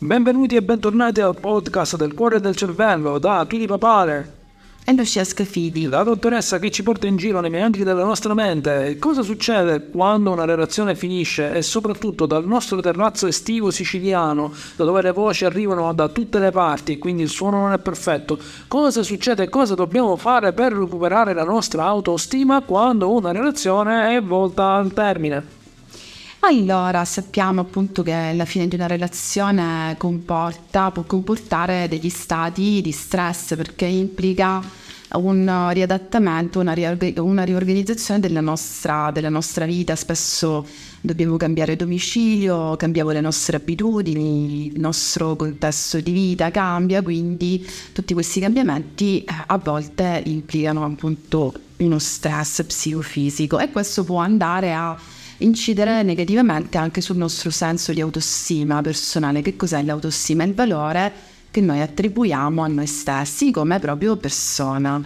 Benvenuti e bentornati al podcast del cuore e del cervello da Tutti Papale e Lucia Scafidi, la dottoressa che ci porta in giro nei meandri della nostra mente. Cosa succede quando una relazione finisce e soprattutto dal nostro terrazzo estivo siciliano, da dove le voci arrivano da tutte le parti e quindi il suono non è perfetto? Cosa succede e cosa dobbiamo fare per recuperare la nostra autostima quando una relazione è volta al termine? Allora, sappiamo appunto che la fine di una relazione può comportare degli stati di stress, perché implica un riadattamento, una riorganizzazione della nostra vita. Spesso dobbiamo cambiare domicilio, cambiamo le nostre abitudini, il nostro contesto di vita cambia, quindi tutti questi cambiamenti a volte implicano appunto uno stress psicofisico, e questo può andare a incidere negativamente anche sul nostro senso di autostima personale. Che cos'è l'autostima? È il valore che noi attribuiamo a noi stessi come proprio persona.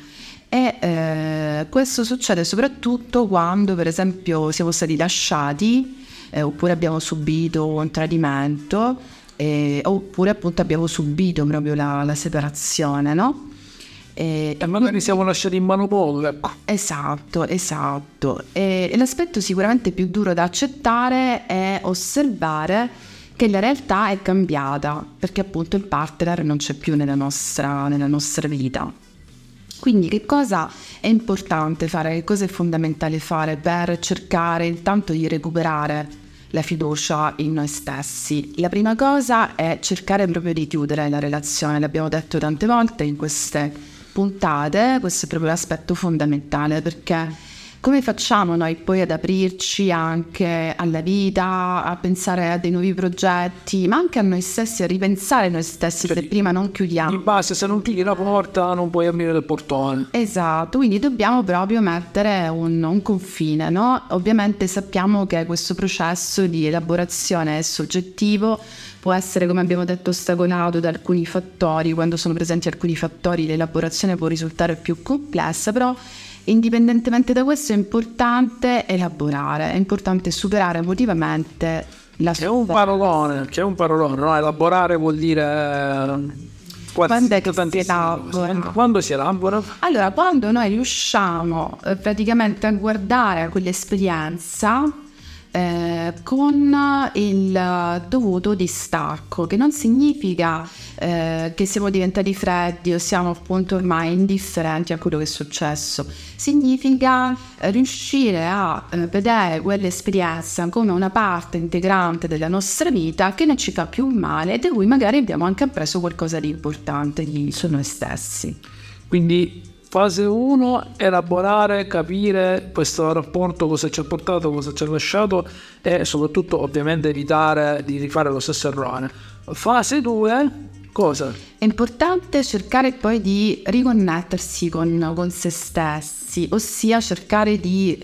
E questo succede soprattutto quando, per esempio, siamo stati lasciati oppure abbiamo subito un tradimento oppure appunto abbiamo subito proprio la separazione, no? E magari siamo lasciati in mano poco, ecco. Esatto. E l'aspetto sicuramente più duro da accettare è osservare che la realtà è cambiata, perché appunto il partner non c'è più nella nostra vita. Quindi che cosa è importante fare, che cosa è fondamentale fare per cercare intanto di recuperare la fiducia in noi stessi? La prima cosa è cercare proprio di chiudere la relazione. L'abbiamo detto tante volte in queste puntate, questo è proprio l'aspetto fondamentale, perché come facciamo noi poi ad aprirci anche alla vita, a pensare a dei nuovi progetti, ma anche a noi stessi, a ripensare a noi stessi, se prima non chiudiamo? Di base, se non chiudi la porta non puoi aprire il portone. Esatto, quindi dobbiamo proprio mettere un confine, no? Ovviamente sappiamo che questo processo di elaborazione è soggettivo, può essere, come abbiamo detto, ostacolato da alcuni fattori. Quando sono presenti alcuni fattori l'elaborazione può risultare più complessa, però indipendentemente da questo è importante elaborare, è importante superare emotivamente la C'è un parolone, no? Elaborare vuol dire quando è che si elabora? Quando si elabora? Allora, quando noi riusciamo praticamente a guardare quell'esperienza con il dovuto distacco, che non significa che siamo diventati freddi o siamo appunto ormai indifferenti a quello che è successo. Significa riuscire a vedere quell'esperienza come una parte integrante della nostra vita che non ci fa più male e da cui magari abbiamo anche appreso qualcosa di importante su noi stessi. Quindi fase 1, elaborare, capire questo rapporto, cosa ci ha portato, cosa ci ha lasciato e soprattutto ovviamente evitare di rifare lo stesso errore. Fase 2, cosa? È importante cercare poi di riconnettersi con se stessi, ossia cercare di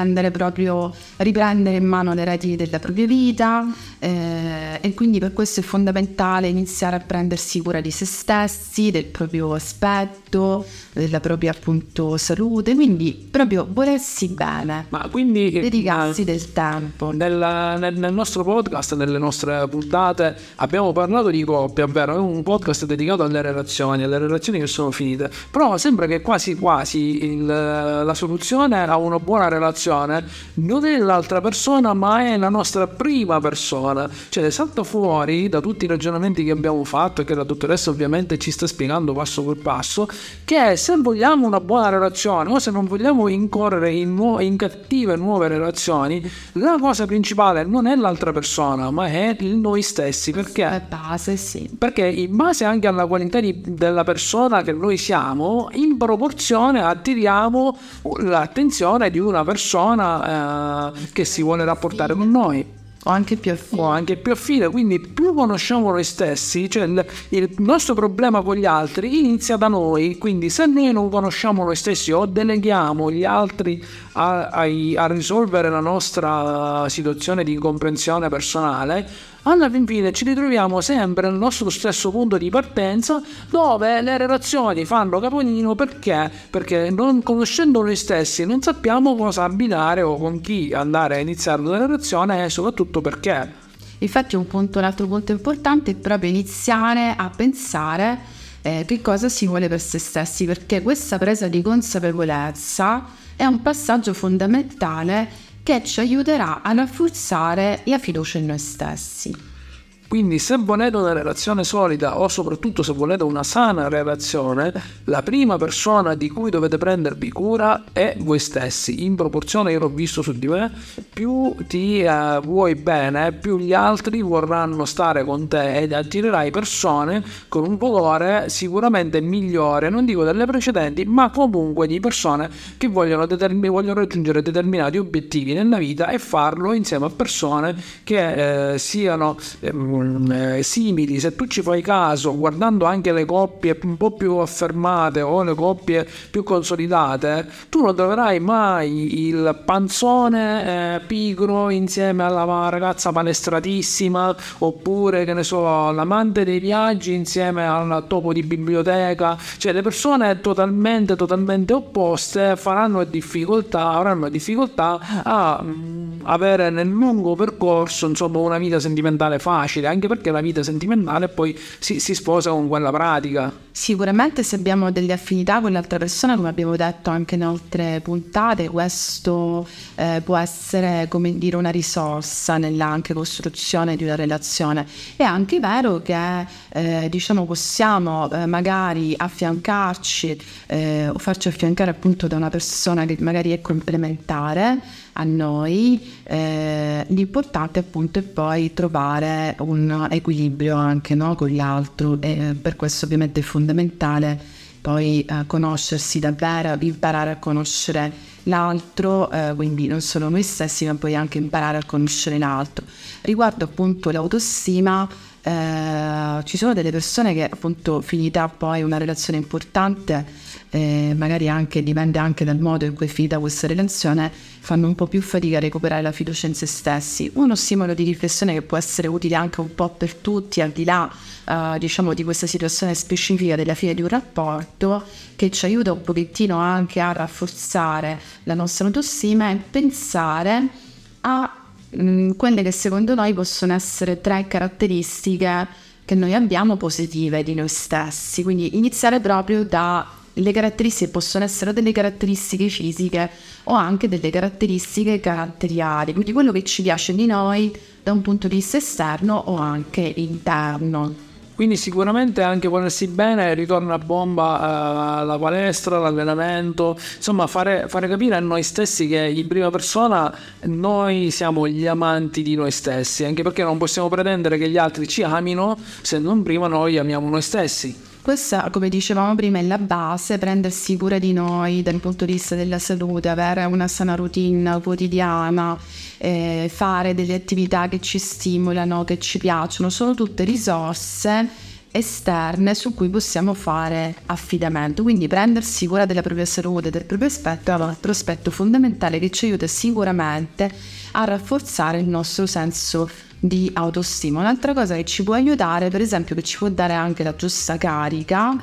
riprendere in mano le redini della propria vita, e quindi per questo è fondamentale iniziare a prendersi cura di se stessi, del proprio aspetto, della propria appunto salute, quindi proprio volersi bene, ma quindi dedicarsi del tempo. Nel nostro podcast, nelle nostre puntate abbiamo parlato di coppia, ovvero è un podcast dedicato alle relazioni che sono finite, però sembra che quasi la soluzione a una buona relazione non è l'altra persona ma è la nostra prima persona. Cioè salta fuori da tutti i ragionamenti che abbiamo fatto e che la dottoressa ovviamente ci sta spiegando passo per passo, che se vogliamo una buona relazione o se non vogliamo incorrere in cattive nuove relazioni, la cosa principale non è l'altra persona ma è noi stessi. Perché? È base, sì. Perché in base anche alla qualità della persona che noi siamo, in proporzione attiriamo l'attenzione di una persona che si vuole rapportare con noi. O anche più affine, quindi più conosciamo noi stessi, cioè il nostro problema con gli altri inizia da noi, quindi se noi non conosciamo noi stessi o deleghiamo gli altri a risolvere la nostra situazione di incomprensione personale, alla fine ci ritroviamo sempre nel nostro stesso punto di partenza, dove le relazioni fanno capolino. Perché non conoscendo noi stessi non sappiamo cosa abbinare o con chi andare a iniziare una relazione, e soprattutto perché Infatti un altro punto importante è proprio iniziare a pensare che cosa si vuole per se stessi, perché questa presa di consapevolezza è un passaggio fondamentale che ci aiuterà a rafforzare la fiducia in noi stessi. Quindi se volete una relazione solida o soprattutto se volete una sana relazione, la prima persona di cui dovete prendervi cura è voi stessi. In proporzione, io l'ho visto su di me, più ti vuoi bene, più gli altri vorranno stare con te ed attirerai persone con un valore sicuramente migliore, non dico delle precedenti, ma comunque di persone che vogliono raggiungere determinati obiettivi nella vita e farlo insieme a persone che siano simili. Se tu ci fai caso, guardando anche le coppie un po' più affermate o le coppie più consolidate, tu non troverai mai il panzone pigro insieme alla ragazza palestratissima, oppure che ne so, l'amante dei viaggi insieme al topo di biblioteca. Cioè le persone totalmente opposte avranno difficoltà a avere nel lungo percorso, insomma, una vita sentimentale facile, anche perché la vita sentimentale poi si sposa con quella pratica. Sicuramente se abbiamo delle affinità con l'altra persona, come abbiamo detto anche in altre puntate, questo può essere, come dire, una risorsa nella anche costruzione di una relazione. È anche vero che possiamo magari affiancarci o farci affiancare appunto da una persona che magari è complementare a noi. L'importante appunto è poi trovare un equilibrio anche, no, con l'altro, e per questo ovviamente è fondamentale poi conoscersi davvero, imparare a conoscere l'altro, quindi non solo noi stessi ma poi anche imparare a conoscere l'altro. Riguardo appunto l'autostima, ci sono delle persone che appunto finita poi una relazione importante, magari anche dipende anche dal modo in cui è finita questa relazione, fanno un po' più fatica a recuperare la fiducia in se stessi. Uno stimolo di riflessione che può essere utile anche un po' per tutti, al di là di questa situazione specifica della fine di un rapporto, che ci aiuta un pochettino anche a rafforzare la nostra autostima, e pensare a quelle che secondo noi possono essere 3 caratteristiche che noi abbiamo positive di noi stessi. Quindi iniziare proprio dalle caratteristiche, possono essere delle caratteristiche fisiche o anche delle caratteristiche caratteriali, quindi quello che ci piace di noi da un punto di vista esterno o anche interno. Quindi sicuramente anche volersi bene, ritorna a bomba la palestra, l'allenamento, insomma fare capire a noi stessi che in prima persona noi siamo gli amanti di noi stessi, anche perché non possiamo pretendere che gli altri ci amino se non prima noi amiamo noi stessi. Questa, come dicevamo prima, è la base, prendersi cura di noi dal punto di vista della salute, avere una sana routine quotidiana, fare delle attività che ci stimolano, che ci piacciono, sono tutte risorse esterne su cui possiamo fare affidamento. Quindi prendersi cura della propria salute, del proprio aspetto, è un altro aspetto fondamentale che ci aiuta sicuramente a rafforzare il nostro senso di autostima. Un'altra cosa che ci può aiutare, per esempio, che ci può dare anche la giusta carica,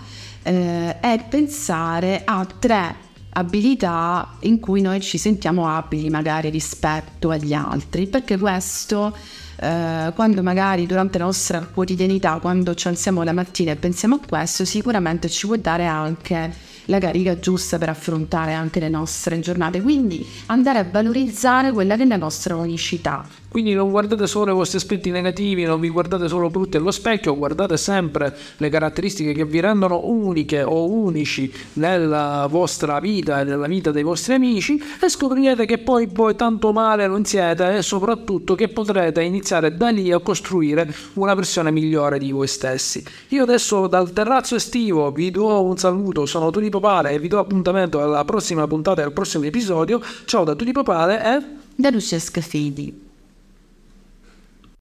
è pensare a 3 abilità in cui noi ci sentiamo abili magari rispetto agli altri, perché questo quando magari durante la nostra quotidianità, quando ci alziamo la mattina e pensiamo a questo, sicuramente ci può dare anche la carica giusta per affrontare anche le nostre giornate, quindi andare a valorizzare quella che è la nostra unicità. Quindi non guardate solo i vostri aspetti negativi, non vi guardate solo brutti allo specchio, guardate sempre le caratteristiche che vi rendono uniche o unici nella vostra vita e nella vita dei vostri amici, e scoprirete che poi tanto male non siete, e soprattutto che potrete iniziare da lì a costruire una versione migliore di voi stessi. Io adesso dal terrazzo estivo vi do un saluto, sono Tony Papale e vi do appuntamento alla prossima puntata e al prossimo episodio. Ciao da Tony Papale e da Lucia Scafidi.